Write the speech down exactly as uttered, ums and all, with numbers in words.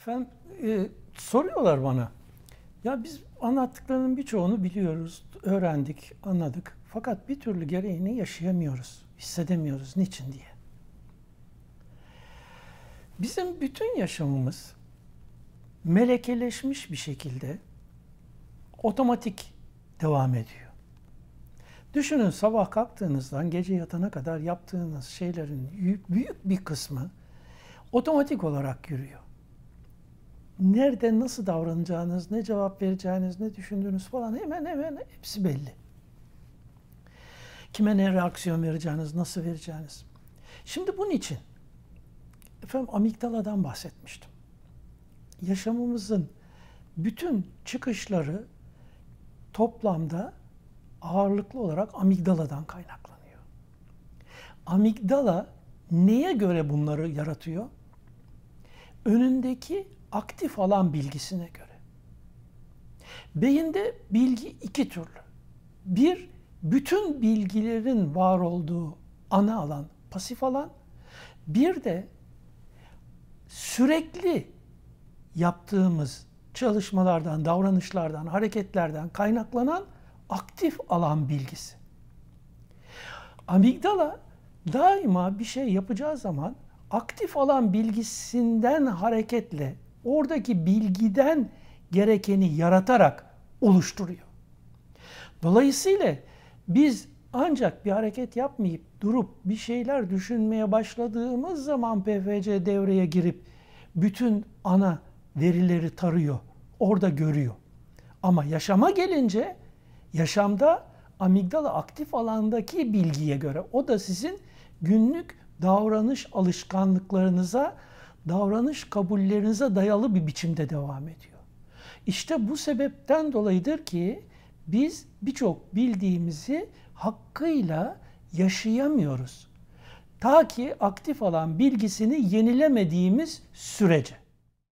Efendim e, soruyorlar bana. Ya biz anlattıklarının birçoğunu biliyoruz, öğrendik, anladık. Fakat bir türlü gereğini yaşayamıyoruz, hissedemiyoruz. Niçin diye. Bizim bütün yaşamımız melekeleşmiş bir şekilde otomatik devam ediyor. Düşünün, sabah kalktığınızdan gece yatana kadar yaptığınız şeylerin büyük bir kısmı otomatik olarak yürüyor. Nerede nasıl davranacağınız, ne cevap vereceğiniz, ne düşündüğünüz falan hemen hemen hepsi belli. Kime ne reaksiyon vereceğiniz, nasıl vereceğiniz. Şimdi bunun için efendim amigdaladan bahsetmiştim. Yaşamımızın bütün çıkışları toplamda ağırlıklı olarak amigdaladan kaynaklanıyor. Amigdala neye göre bunları yaratıyor? Önündeki aktif alan bilgisine göre. Beyinde bilgi iki türlü. Bir, bütün bilgilerin var olduğu ana alan, pasif alan. Bir de sürekli yaptığımız çalışmalardan, davranışlardan, hareketlerden kaynaklanan aktif alan bilgisi. Amigdala daima bir şey yapacağı zaman aktif alan bilgisinden hareketle oradaki bilgiden gerekeni yaratarak oluşturuyor. Dolayısıyla biz ancak bir hareket yapmayıp durup bir şeyler düşünmeye başladığımız zaman P F C devreye girip bütün ana verileri tarıyor, orada görüyor. Ama yaşama gelince yaşamda amigdala aktif alandaki bilgiye göre, o da sizin günlük davranış alışkanlıklarınıza, davranış kabullerinize dayalı bir biçimde devam ediyor. İşte bu sebepten dolayıdır ki biz birçok bildiğimizi hakkıyla yaşayamıyoruz. Ta ki aktif alan bilgisini yenilemediğimiz sürece.